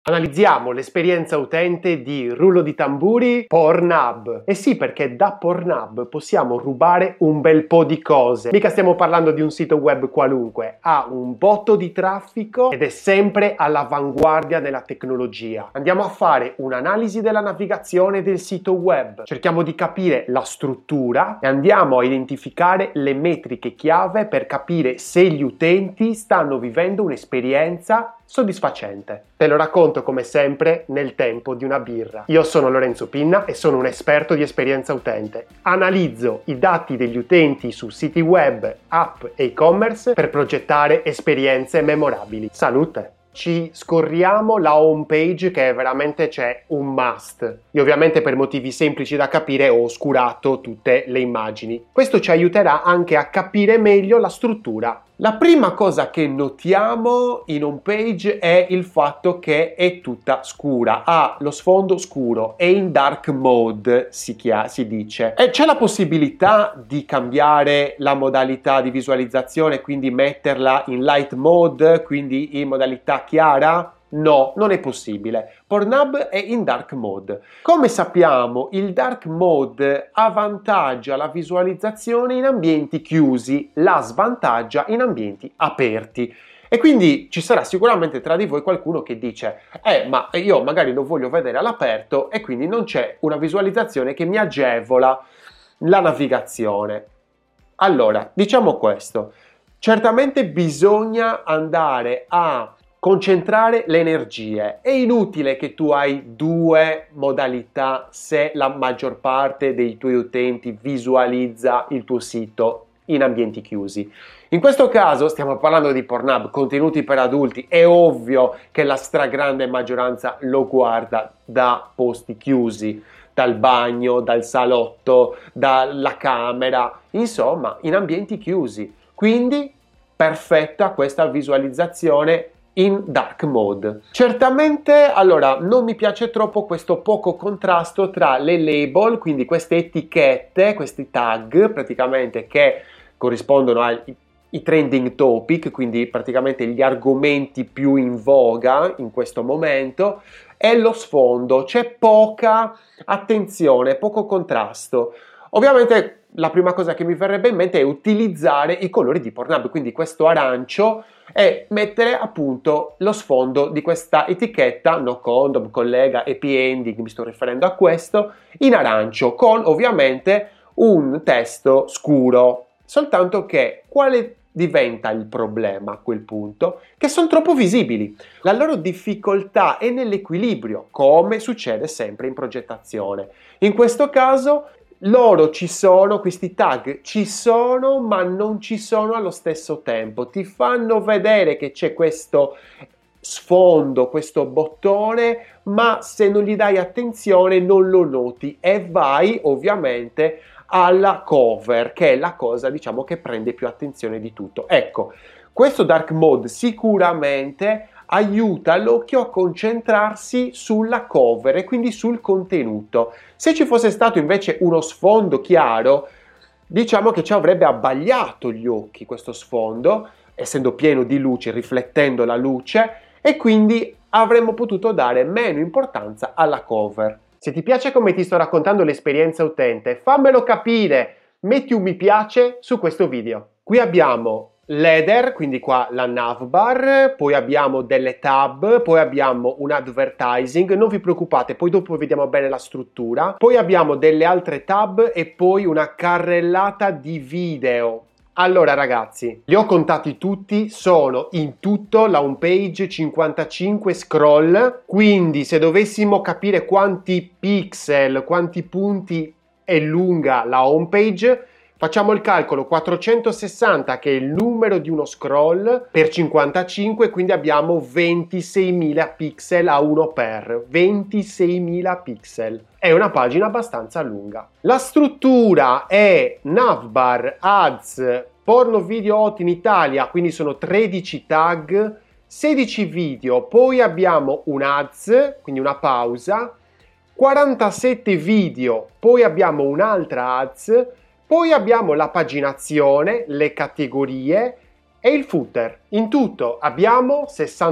Analizziamo l'esperienza utente di rullo di tamburi Pornhub. E sì, perché da Pornhub possiamo rubare un bel po' di cose. Mica stiamo parlando di un sito web qualunque, ha un botto di traffico ed è sempre all'avanguardia della tecnologia. Andiamo a fare un'analisi della navigazione del sito web, cerchiamo di capire la struttura e andiamo a identificare le metriche chiave per capire se gli utenti stanno vivendo un'esperienza soddisfacente. Te lo racconto come sempre nel tempo di una birra. Io sono Lorenzo Pinna e sono un esperto di esperienza utente. Analizzo i dati degli utenti su siti web, app e e-commerce per progettare esperienze memorabili. Salute! Ci scorriamo la home page che veramente c'è un must. Io ovviamente per motivi semplici da capire ho oscurato tutte le immagini. Questo ci aiuterà anche a capire meglio la struttura. La prima cosa che notiamo in home page è il fatto che è tutta scura, ha lo sfondo scuro, è in dark mode si dice. E c'è la possibilità di cambiare la modalità di visualizzazione, quindi metterla in light mode, quindi in modalità chiara? No, non è possibile. Pornhub è in dark mode. Come sappiamo, il dark mode avvantaggia la visualizzazione in ambienti chiusi, la svantaggia in ambienti aperti. E quindi ci sarà sicuramente tra di voi qualcuno che dice ma io magari lo voglio vedere all'aperto e quindi non c'è una visualizzazione che mi agevola la navigazione. Allora, diciamo questo. Certamente bisogna andare a concentrare le energie. È inutile che tu hai due modalità se la maggior parte dei tuoi utenti visualizza il tuo sito in ambienti chiusi. In questo caso stiamo parlando di Pornhub, contenuti per adulti, è ovvio che la stragrande maggioranza lo guarda da posti chiusi, dal bagno, dal salotto, dalla camera, insomma, in ambienti chiusi. Quindi perfetta questa visualizzazione in dark mode. Certamente, allora, non mi piace troppo questo poco contrasto tra le label, quindi queste etichette, questi tag praticamente che corrispondono ai trending topic, quindi praticamente gli argomenti più in voga in questo momento, e lo sfondo. C'è poca attenzione, poco contrasto. Ovviamente la prima cosa che mi verrebbe in mente è utilizzare i colori di Pornhub, quindi questo arancio, e mettere appunto lo sfondo di questa etichetta no condom, collega, happy ending, mi sto riferendo a questo, in arancio, con ovviamente un testo scuro. Soltanto che quale diventa il problema a quel punto? Che sono troppo visibili. La loro difficoltà è nell'equilibrio, come succede sempre in progettazione. In questo caso loro ci sono, questi tag ci sono, ma non ci sono allo stesso tempo. Ti fanno vedere che c'è questo sfondo, questo bottone, ma se non gli dai attenzione non lo noti e vai ovviamente alla cover, che è la cosa, diciamo, che prende più attenzione di tutto. Ecco, questo dark mode sicuramente aiuta l'occhio a concentrarsi sulla cover e quindi sul contenuto. Se ci fosse stato invece uno sfondo chiaro, diciamo che ci avrebbe abbagliato gli occhi questo sfondo, essendo pieno di luce, riflettendo la luce, e quindi avremmo potuto dare meno importanza alla cover. Se ti piace come ti sto raccontando l'esperienza utente, fammelo capire, metti un mi piace su questo video. Qui abbiamo l'header, quindi qua la navbar, poi abbiamo delle tab, poi abbiamo un advertising, non vi preoccupate, poi dopo vediamo bene la struttura, poi abbiamo delle altre tab e poi una carrellata di video. Allora ragazzi, li ho contati tutti, sono in tutto la home page 55 scroll, quindi se dovessimo capire quanti pixel, quanti punti è lunga la home page, facciamo il calcolo 460 che è il numero di uno scroll per 55, quindi abbiamo 26.000 pixel a 1 per 26.000 pixel. È una pagina abbastanza lunga. La struttura è navbar, ads, porno video hot in Italia, quindi sono 13 tag, 16 video, poi abbiamo un ads, quindi una pausa, 47 video, poi abbiamo un'altra ads, poi abbiamo la paginazione, le categorie e il footer. In tutto abbiamo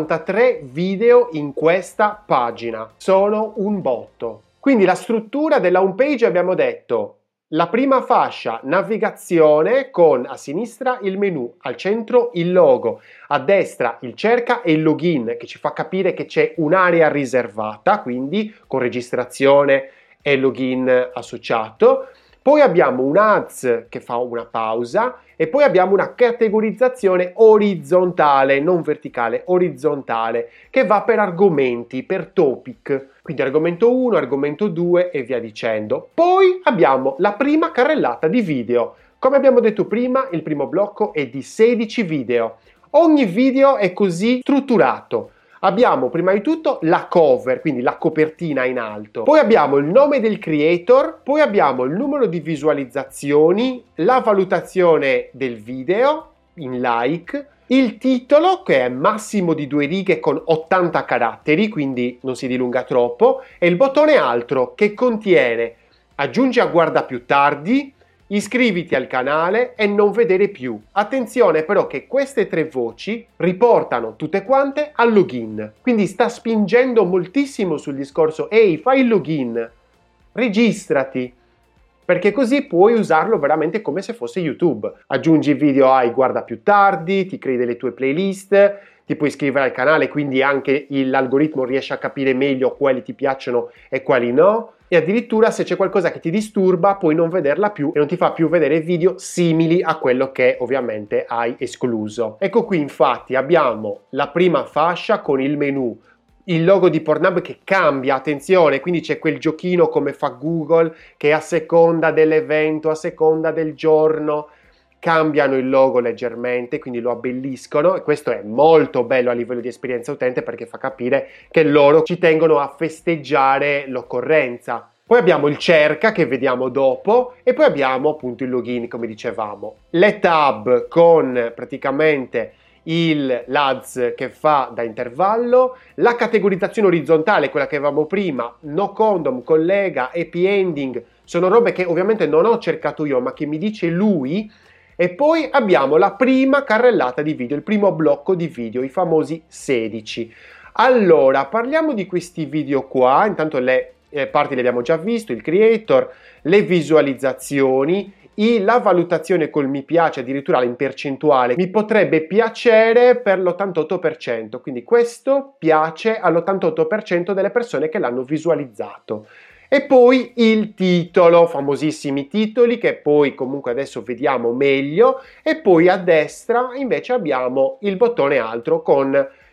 63 video in questa pagina, sono un botto. Quindi la struttura della homepage abbiamo detto: la prima fascia, navigazione, con a sinistra il menu, al centro il logo, a destra il cerca e il login, che ci fa capire che c'è un'area riservata, quindi con registrazione e login associato. Poi abbiamo un ads che fa una pausa e poi abbiamo una categorizzazione orizzontale, non verticale, orizzontale, che va per argomenti, per topic. Quindi argomento 1, argomento 2 e via dicendo. Poi abbiamo la prima carrellata di video. Come abbiamo detto prima, il primo blocco è di 16 video. Ogni video è così strutturato. Abbiamo prima di tutto la cover, quindi la copertina in alto. Poi abbiamo il nome del creator, poi abbiamo il numero di visualizzazioni, la valutazione del video in like, il titolo che è massimo di 2 righe con 80 caratteri, quindi non si dilunga troppo, e il bottone altro che contiene aggiungi a guarda più tardi, iscriviti al canale e non vedere più. Attenzione però che queste 3 voci riportano tutte quante al login, quindi sta spingendo moltissimo sul discorso: ehi, fai il login, registrati, perché così puoi usarlo veramente come se fosse YouTube. Aggiungi video ai guarda più tardi, ti crei delle tue playlist, ti puoi iscrivere al canale, quindi anche l'algoritmo riesce a capire meglio quali ti piacciono e quali no. E addirittura se c'è qualcosa che ti disturba puoi non vederla più e non ti fa più vedere video simili a quello che ovviamente hai escluso. Ecco qui infatti abbiamo la prima fascia con il menu, il logo di Pornhub che cambia, attenzione, quindi c'è quel giochino come fa Google che a seconda dell'evento, a seconda del giorno cambiano il logo leggermente, quindi lo abbelliscono, e questo è molto bello a livello di esperienza utente perché fa capire che loro ci tengono a festeggiare l'occorrenza. Poi abbiamo il cerca che vediamo dopo e poi abbiamo appunto il login, come dicevamo. Le tab con praticamente l'ADS che fa da intervallo, la categorizzazione orizzontale, quella che avevamo prima, no condom, collega, happy ending, sono robe che ovviamente non ho cercato io ma che mi dice lui. E poi abbiamo la prima carrellata di video, il primo blocco di video, i famosi 16. Allora, parliamo di questi video qua, intanto le parti le abbiamo già visto, il creator, le visualizzazioni, la valutazione col mi piace, addirittura in percentuale, mi potrebbe piacere per l'88%, quindi questo piace all'88% delle persone che l'hanno visualizzato. E poi il titolo, famosissimi titoli che poi comunque adesso vediamo meglio, e poi a destra invece abbiamo il bottone altro con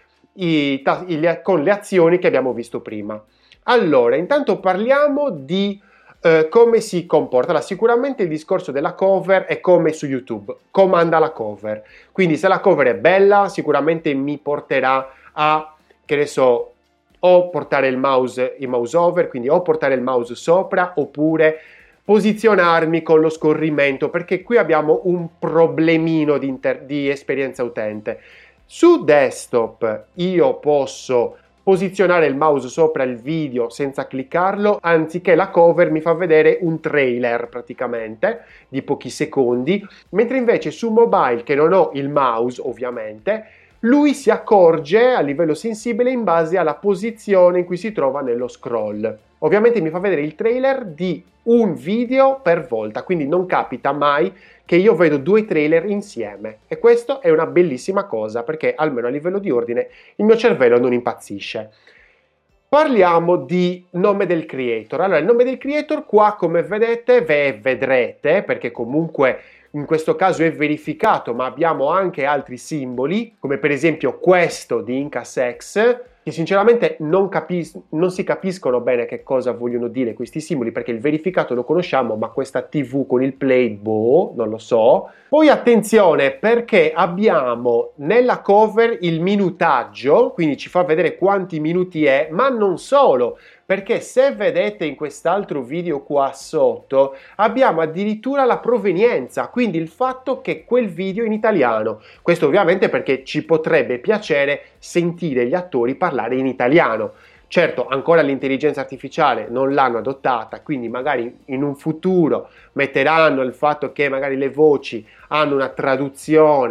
le azioni che abbiamo visto prima. Allora, intanto parliamo di come si comporta. Allora, sicuramente il discorso della cover è come su YouTube, comanda la cover. Quindi se la cover è bella, sicuramente mi porterà a, che ne so, o portare il mouse over, quindi o portare il mouse sopra, oppure posizionarmi con lo scorrimento, perché qui abbiamo un problemino di esperienza utente. Su desktop io posso posizionare il mouse sopra il video senza cliccarlo, anziché la cover mi fa vedere un trailer praticamente di pochi secondi, mentre invece su mobile, che non ho il mouse ovviamente, lui si accorge a livello sensibile in base alla posizione in cui si trova nello scroll. Ovviamente mi fa vedere il trailer di un video per volta, quindi non capita mai che io vedo 2 trailer insieme, e questo è una bellissima cosa perché almeno a livello di ordine il mio cervello non impazzisce. Parliamo di nome del creator. Allora, il nome del creator qua, come vedete, vedrete, perché comunque in questo caso è verificato, ma abbiamo anche altri simboli, come per esempio questo di Incasex, che sinceramente non si capiscono bene che cosa vogliono dire questi simboli, perché il verificato lo conosciamo, ma questa TV con il play, boh, non lo so. Poi attenzione, perché abbiamo nella cover il minutaggio, quindi ci fa vedere quanti minuti è, ma non solo, perché se vedete in quest'altro video qua sotto abbiamo addirittura la provenienza, quindi il fatto che quel video è in italiano. Questo ovviamente perché ci potrebbe piacere sentire gli attori parlare in italiano. Certo, ancora l'intelligenza artificiale non l'hanno adottata, quindi magari in un futuro metteranno il fatto che magari le voci hanno una traduzione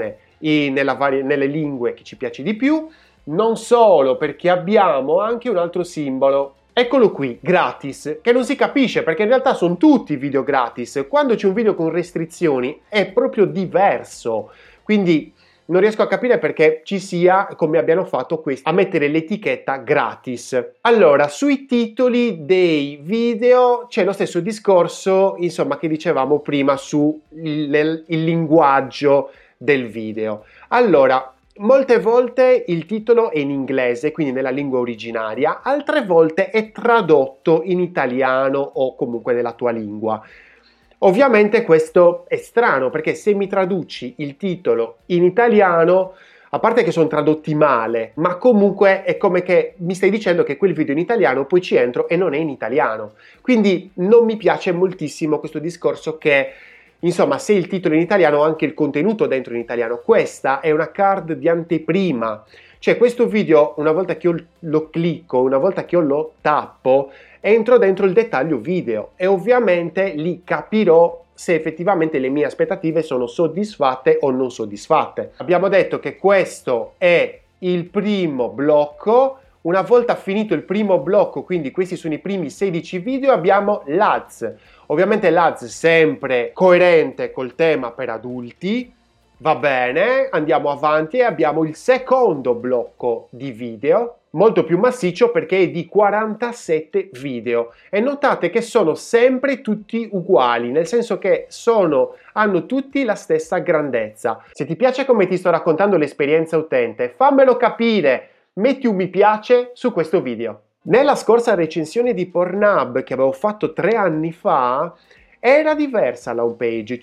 nelle lingue che ci piace di più. Non solo, perché abbiamo anche un altro simbolo. Eccolo qui, gratis, che non si capisce perché in realtà sono tutti video gratis. Quando c'è un video con restrizioni è proprio diverso. Quindi non riesco a capire perché ci sia, come abbiano fatto questo, a mettere l'etichetta gratis. Allora, sui titoli dei video c'è lo stesso discorso, insomma, che dicevamo prima su il linguaggio del video. Allora, molte volte il titolo è in inglese, quindi nella lingua originaria, altre volte è tradotto in italiano o comunque nella tua lingua. Ovviamente questo è strano perché se mi traduci il titolo in italiano, a parte che sono tradotti male, ma comunque è come che mi stai dicendo che quel video in italiano poi ci entro e non è in italiano. Quindi non mi piace moltissimo questo discorso che, insomma, se il titolo è in italiano, anche il contenuto dentro in italiano. Questa è una card di anteprima. Cioè questo video, una volta che io lo clicco, una volta che io lo tappo, entro dentro il dettaglio video e ovviamente lì capirò se effettivamente le mie aspettative sono soddisfatte o non soddisfatte. Abbiamo detto che questo è il primo blocco. Una volta finito il primo blocco, quindi questi sono i primi 16 video, abbiamo l'ADS. Ovviamente l'ADS sempre coerente col tema per adulti. Va bene, andiamo avanti e abbiamo il secondo blocco di video, molto più massiccio perché è di 47 video. E notate che sono sempre tutti uguali, nel senso che hanno tutti la stessa grandezza. Se ti piace come ti sto raccontando l'esperienza utente, fammelo capire, metti un mi piace su questo video. Nella scorsa recensione di Pornhub che avevo fatto 3 anni fa, era diversa la homepage,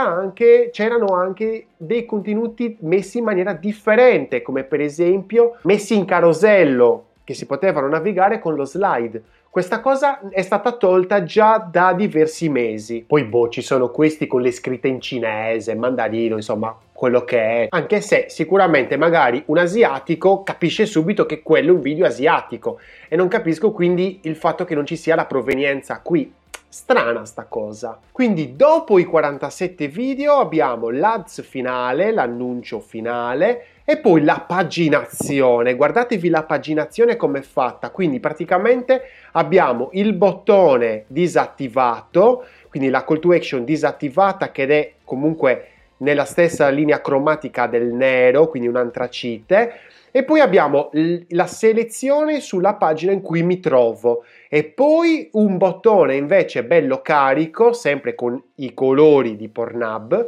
c'erano anche dei contenuti messi in maniera differente, come per esempio messi in carosello, che si potevano navigare con lo slide. Questa cosa è stata tolta già da diversi mesi. Poi ci sono questi con le scritte in cinese, mandarino, insomma, quello che è. Anche se sicuramente magari un asiatico capisce subito che quello è un video asiatico e non capisco quindi il fatto che non ci sia la provenienza qui. Strana sta cosa. Quindi dopo i 47 video abbiamo l'ADS finale, l'annuncio finale e poi la paginazione. Guardatevi la paginazione come è fatta. Quindi praticamente abbiamo il bottone disattivato, quindi la call to action disattivata che è comunque nella stessa linea cromatica del nero, quindi un antracite. E poi abbiamo la selezione sulla pagina in cui mi trovo e poi un bottone invece bello carico, sempre con i colori di Pornhub,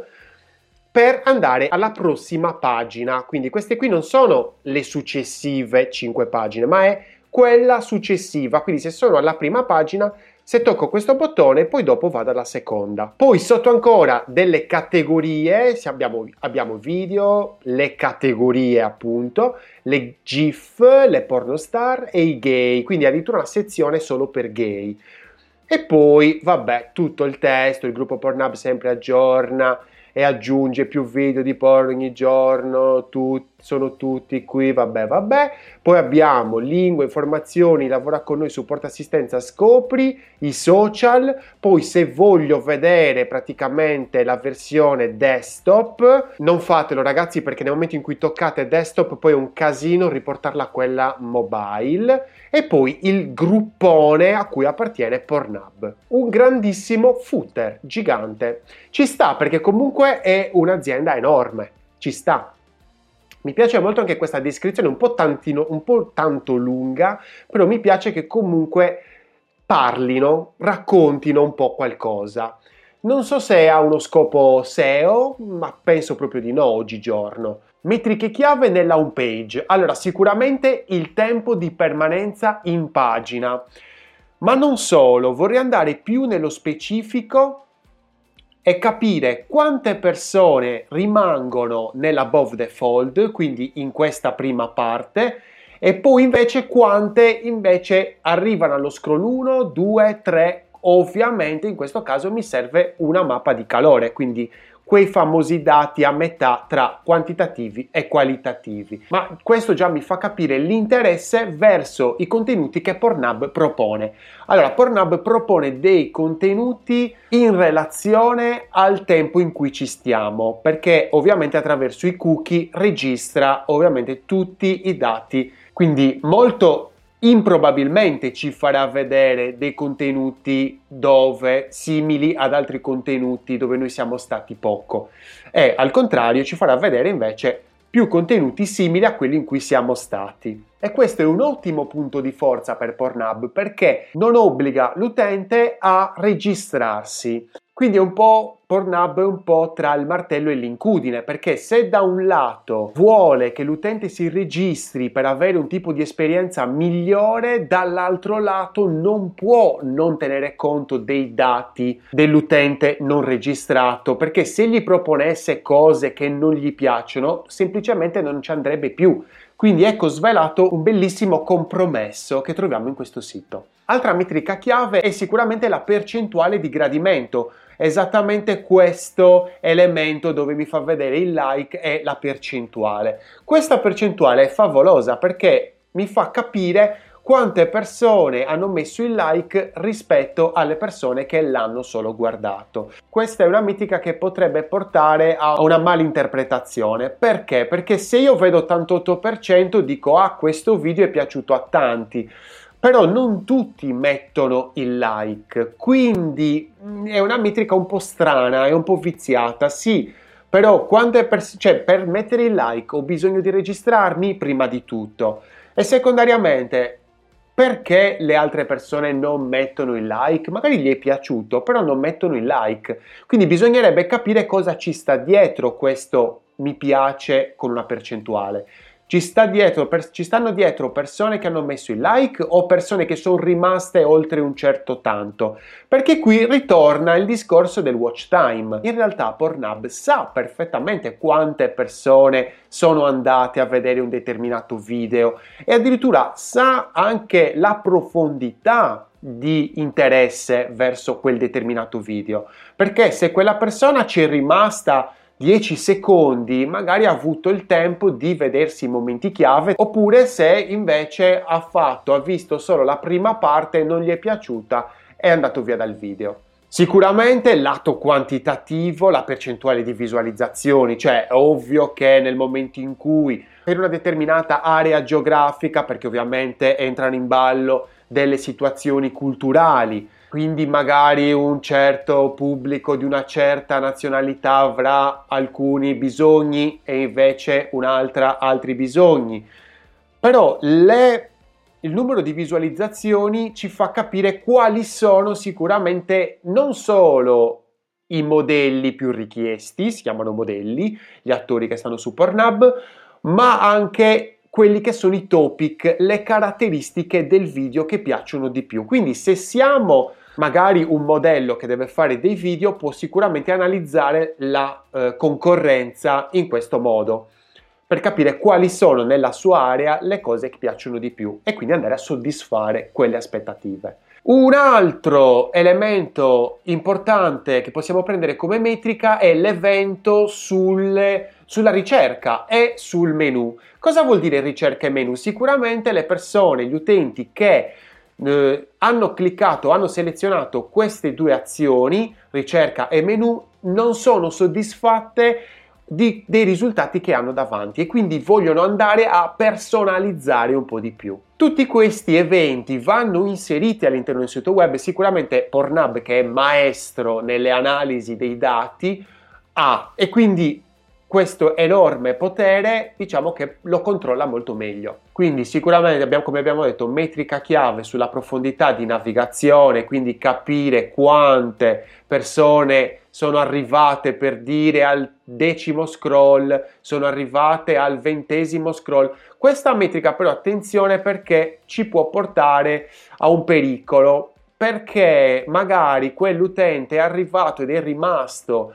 per andare alla prossima pagina. Quindi queste qui non sono le successive 5 pagine, ma è quella successiva. Quindi se sono alla prima pagina, se tocco questo bottone, poi dopo vado alla seconda. Poi sotto ancora delle categorie, se abbiamo video, le categorie appunto, le GIF, le pornostar e i gay, quindi addirittura una sezione solo per gay. E poi, vabbè, tutto il testo, il gruppo Pornhub sempre aggiorna e aggiunge più video di porno ogni giorno, sono tutti qui, vabbè. Poi abbiamo lingue, informazioni, lavora con noi, supporto assistenza, scopri, i social. Poi se voglio vedere praticamente la versione desktop, non fatelo ragazzi perché nel momento in cui toccate desktop poi è un casino riportarla a quella mobile. E poi il gruppone a cui appartiene Pornhub. Un grandissimo footer, gigante. Ci sta perché comunque è un'azienda enorme, ci sta. Mi piace molto anche questa descrizione un po' tanto lunga, però mi piace che comunque parlino, raccontino un po' qualcosa. Non so se ha uno scopo SEO, ma penso proprio di no oggigiorno. Metriche chiave nella home page. Allora, sicuramente il tempo di permanenza in pagina, ma non solo, vorrei andare più nello specifico e capire quante persone rimangono nell'above the fold, quindi in questa prima parte, e poi invece quante invece arrivano allo scroll 1, 2, 3. Ovviamente in questo caso mi serve una mappa di calore, quindi quei famosi dati a metà tra quantitativi e qualitativi. Ma questo già mi fa capire l'interesse verso i contenuti che Pornhub propone. Allora, Pornhub propone dei contenuti in relazione al tempo in cui ci stiamo, perché ovviamente attraverso i cookie registra ovviamente tutti i dati, quindi molto improbabilmente ci farà vedere dei contenuti simili ad altri contenuti dove noi siamo stati poco, e al contrario ci farà vedere invece più contenuti simili a quelli in cui siamo stati. E questo è un ottimo punto di forza per Pornhub, perché non obbliga l'utente a registrarsi. Quindi Pornhub è un po' tra il martello e l'incudine, perché se da un lato vuole che l'utente si registri per avere un tipo di esperienza migliore, dall'altro lato non può non tenere conto dei dati dell'utente non registrato, perché se gli proponesse cose che non gli piacciono, semplicemente non ci andrebbe più. Quindi ecco svelato un bellissimo compromesso che troviamo in questo sito. Altra metrica chiave è sicuramente la percentuale di gradimento, esattamente questo elemento dove mi fa vedere il like e la percentuale. Questa percentuale è favolosa perché mi fa capire quante persone hanno messo il like rispetto alle persone che l'hanno solo guardato. Questa è una metrica che potrebbe portare a una malinterpretazione. Perché? Perché se io vedo 88% dico questo video è piaciuto a tanti. Però non tutti mettono il like, quindi è una metrica un po' strana, è un po' viziata, sì, però per mettere il like ho bisogno di registrarmi prima di tutto, e secondariamente perché le altre persone non mettono il like? Magari gli è piaciuto, però non mettono il like, quindi bisognerebbe capire cosa ci sta dietro questo mi piace con una percentuale. Ci stanno dietro persone che hanno messo il like o persone che sono rimaste oltre un certo tanto? Perché qui ritorna il discorso del watch time. In realtà Pornhub sa perfettamente quante persone sono andate a vedere un determinato video e addirittura sa anche la profondità di interesse verso quel determinato video. Perché se quella persona ci è rimasta 10 secondi, magari ha avuto il tempo di vedersi i momenti chiave, oppure se invece ha visto solo la prima parte e non gli è piaciuta, è andato via dal video. Sicuramente lato quantitativo, la percentuale di visualizzazioni, cioè è ovvio che nel momento in cui per una determinata area geografica, perché ovviamente entrano in ballo delle situazioni culturali, quindi magari un certo pubblico di una certa nazionalità avrà alcuni bisogni e invece un'altra altri bisogni. Però il numero di visualizzazioni ci fa capire quali sono sicuramente non solo i modelli più richiesti, si chiamano modelli, gli attori che stanno su Pornhub, ma anche quelli che sono i topic, le caratteristiche del video che piacciono di più. Quindi se siamo magari un modello che deve fare dei video, può sicuramente analizzare la concorrenza in questo modo, per capire quali sono nella sua area le cose che piacciono di più e quindi andare a soddisfare quelle aspettative. Un altro elemento importante che possiamo prendere come metrica è l'evento sulla ricerca e sul menu. Cosa vuol dire ricerca e menu? Sicuramente le persone, gli utenti che hanno selezionato queste due azioni, ricerca e menu, non sono soddisfatte dei risultati che hanno davanti e quindi vogliono andare a personalizzare un po' di più. Tutti questi eventi vanno inseriti all'interno del sito web. Sicuramente Pornhub, che è maestro nelle analisi dei dati, ha, e quindi questo enorme potere, diciamo che lo controlla molto meglio. Quindi sicuramente come abbiamo detto, metrica chiave sulla profondità di navigazione, quindi capire quante persone sono arrivate, per dire, al 10° scroll, sono arrivate al 20° scroll. Questa metrica però attenzione, perché ci può portare a un pericolo, perché magari quell'utente è arrivato ed è rimasto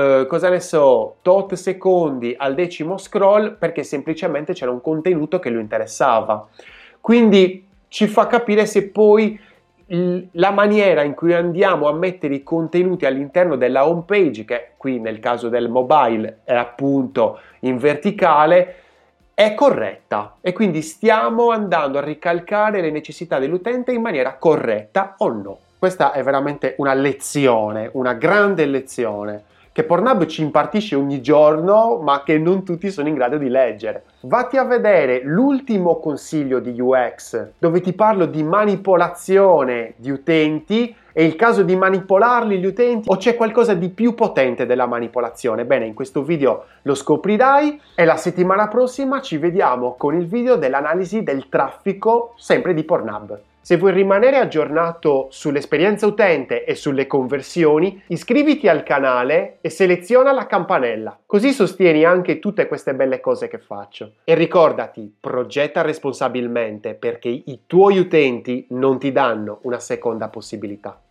tot secondi al 10° scroll perché semplicemente c'era un contenuto che lo interessava. Quindi ci fa capire se poi la maniera in cui andiamo a mettere i contenuti all'interno della home page, che qui nel caso del mobile è appunto in verticale, è corretta e quindi stiamo andando a ricalcare le necessità dell'utente in maniera corretta o no. Questa è veramente una lezione, una grande lezione che Pornhub ci impartisce ogni giorno, ma che non tutti sono in grado di leggere. Vatti a vedere l'ultimo consiglio di UX, dove ti parlo di manipolazione di utenti. È il caso di manipolarli gli utenti o c'è qualcosa di più potente della manipolazione? Bene, in questo video lo scoprirai e la settimana prossima ci vediamo con il video dell'analisi del traffico sempre di Pornhub. Se vuoi rimanere aggiornato sull'esperienza utente e sulle conversioni, iscriviti al canale e seleziona la campanella, così sostieni anche tutte queste belle cose che faccio. E ricordati, progetta responsabilmente perché i tuoi utenti non ti danno una seconda possibilità.